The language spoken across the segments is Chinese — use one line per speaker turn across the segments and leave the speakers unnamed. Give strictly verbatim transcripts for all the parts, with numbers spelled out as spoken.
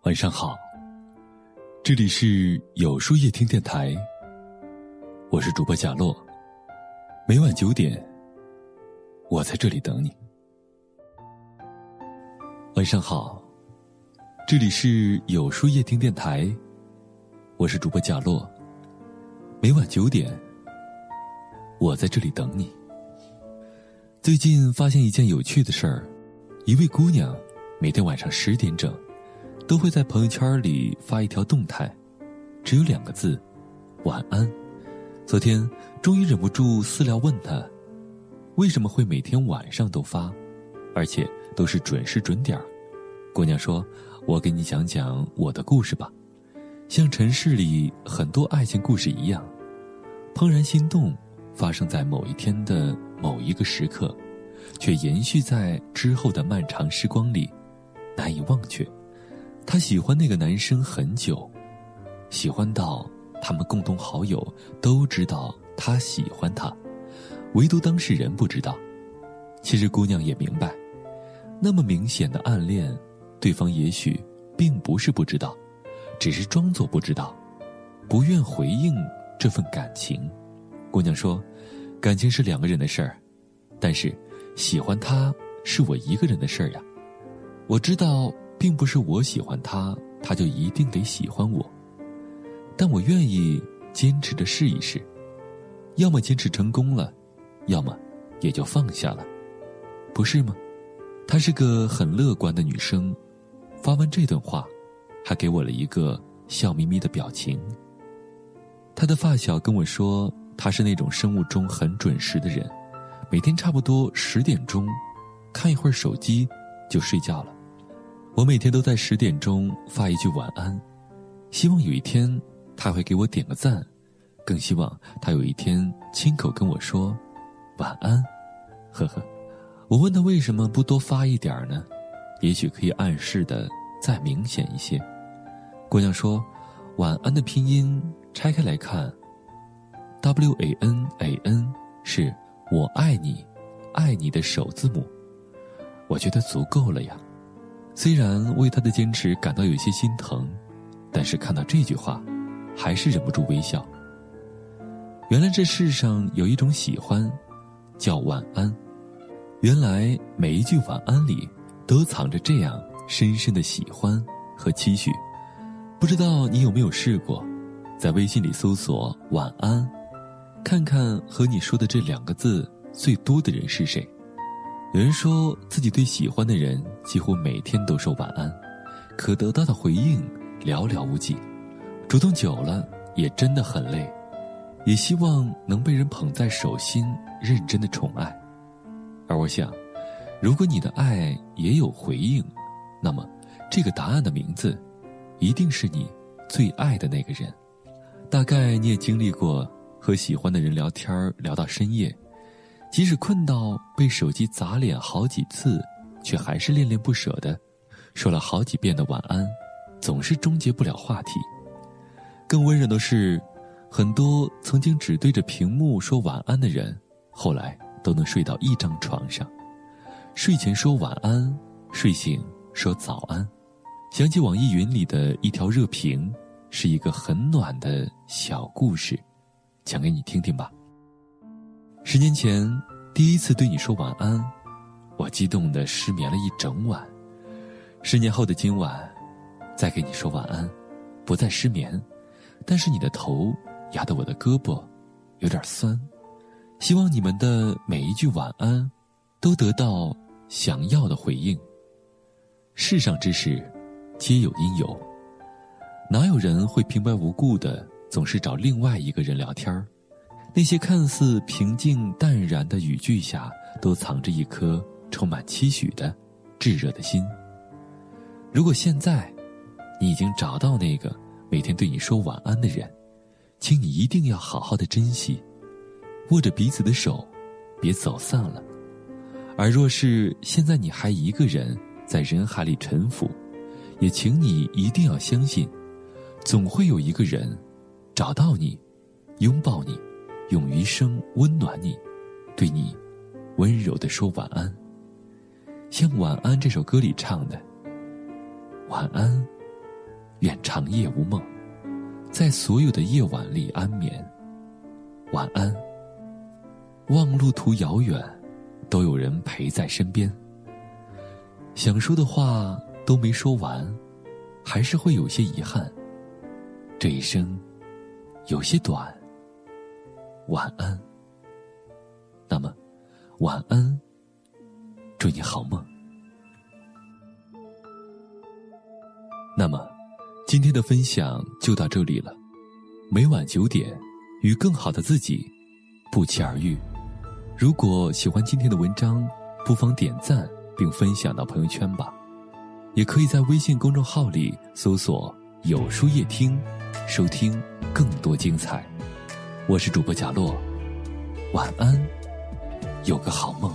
晚上好，这里是有书夜听电台，我是主播贾洛，每晚九点，我在这里等你。晚上好，这里是有书夜听电台，我是主播贾洛，每晚九点，我在这里等你。最近发现一件有趣的事儿，一位姑娘每天晚上十点整都会在朋友圈里发一条动态，只有两个字，晚安。昨天终于忍不住私聊问她，为什么会每天晚上都发，而且都是准时准点儿。姑娘说，我给你讲讲我的故事吧。像尘世里很多爱情故事一样，怦然心动发生在某一天的某一个时刻，却延续在之后的漫长时光里，难以忘却。他喜欢那个男生很久，喜欢到他们共同好友都知道他喜欢他，唯独当事人不知道。其实姑娘也明白，那么明显的暗恋，对方也许并不是不知道，只是装作不知道，不愿回应这份感情。姑娘说，感情是两个人的事儿，但是喜欢他是我一个人的事儿呀。我知道并不是我喜欢他，他就一定得喜欢我，但我愿意坚持着试一试，要么坚持成功了，要么也就放下了，不是吗？她是个很乐观的女生，发完这段话还给我了一个笑眯眯的表情。她的发小跟我说，她是那种生物钟很准时的人，每天差不多十点钟看一会儿手机就睡觉了。我每天都在十点钟发一句晚安，希望有一天他会给我点个赞，更希望他有一天亲口跟我说晚安。呵呵，我问他为什么不多发一点呢？也许可以暗示的再明显一些。姑娘说，晚安的拼音拆开来看， W A N A N 是我爱你，爱你的首字母。我觉得足够了呀。虽然为他的坚持感到有些心疼，但是看到这句话还是忍不住微笑。原来这世上有一种喜欢叫晚安，原来每一句晚安里都藏着这样深深的喜欢和期许。不知道你有没有试过，在微信里搜索晚安，看看和你说的这两个字最多的人是谁。有人说自己对喜欢的人几乎每天都说晚安，可得到的回应寥寥无几，主动久了也真的很累，也希望能被人捧在手心，认真的宠爱。而我想，如果你的爱也有回应，那么这个答案的名字一定是你最爱的那个人。大概你也经历过和喜欢的人聊天聊到深夜，即使困到被手机砸脸好几次，却还是恋恋不舍的说了好几遍的晚安，总是终结不了话题。更温柔的是，很多曾经只对着屏幕说晚安的人，后来都能睡到一张床上，睡前说晚安，睡醒说早安。想起网易云里的一条热评，是一个很暖的小故事，讲给你听听吧。十年前第一次对你说晚安，我激动地失眠了一整晚。十年后的今晚再给你说晚安，不再失眠，但是你的头压得我的胳膊有点酸。希望你们的每一句晚安都得到想要的回应。世上之事皆有因由，哪有人会平白无故的总是找另外一个人聊天儿？那些看似平静淡然的语句下，都藏着一颗充满期许的炙热的心。如果现在你已经找到那个每天对你说晚安的人，请你一定要好好的珍惜，握着彼此的手，别走散了。而若是现在你还一个人在人海里沉浮，也请你一定要相信，总会有一个人找到你，拥抱你，用余生温暖你，对你温柔地说晚安。像《晚安》这首歌里唱的，晚安， 愿长夜无梦，在所有的夜晚里安眠。晚安。望路途遥远，都有人陪在身边。想说的话都没说完，还是会有些遗憾。这一生有些短，晚安。那么晚安，祝你好梦。那么今天的分享就到这里了。每晚九点，与更好的自己不期而遇。如果喜欢今天的文章，不妨点赞并分享到朋友圈吧。也可以在微信公众号里搜索有书夜听，收听更多精彩。我是主播贾洛，晚安，有个好梦。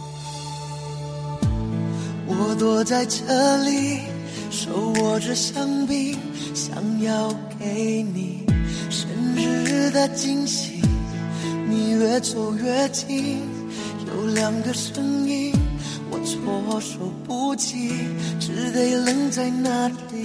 我躲在这里，手握着香槟，想要给你生日的惊喜。你越走越近，有两个声音，我措手不及，只得愣在那里。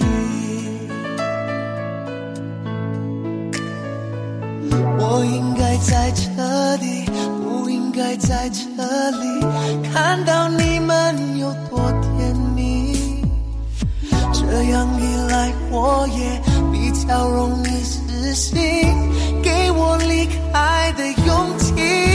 我应该在这里，不应该在这里，看到你们有多甜蜜。这样一来，我也比较容易死心，给我离开的勇气。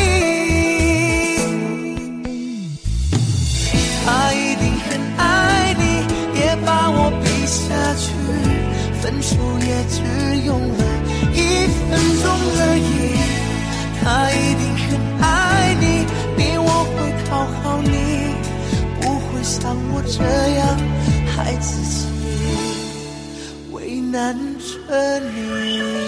他一定很爱你，也把我比下去，分手也只用了一分钟而已。他一定很爱你，比我会讨好你，不会像我这样害自己，为难着你。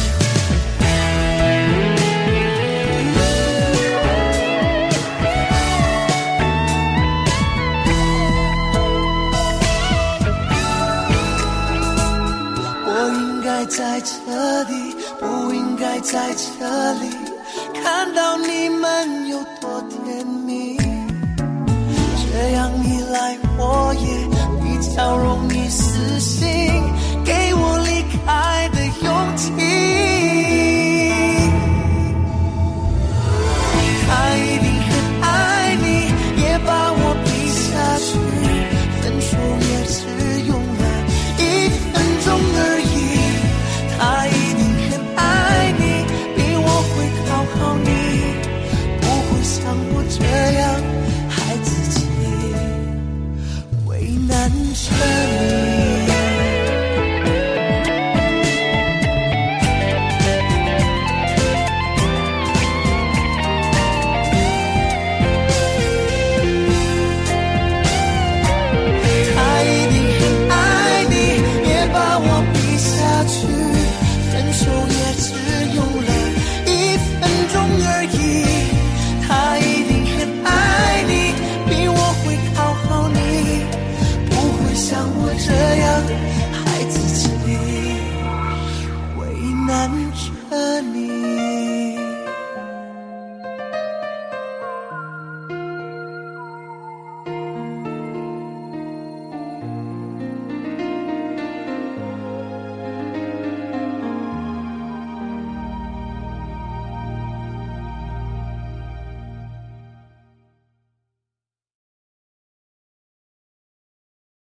在这里，不应该在这里，看到你们有多甜蜜。这样一来，我也比较容易死心，给我离开的勇气。他一定很爱你，也把我比下去，分手也只用了一分钟而已。他一定很爱你，比我会讨好你，不会像我这样害自己，为难着你。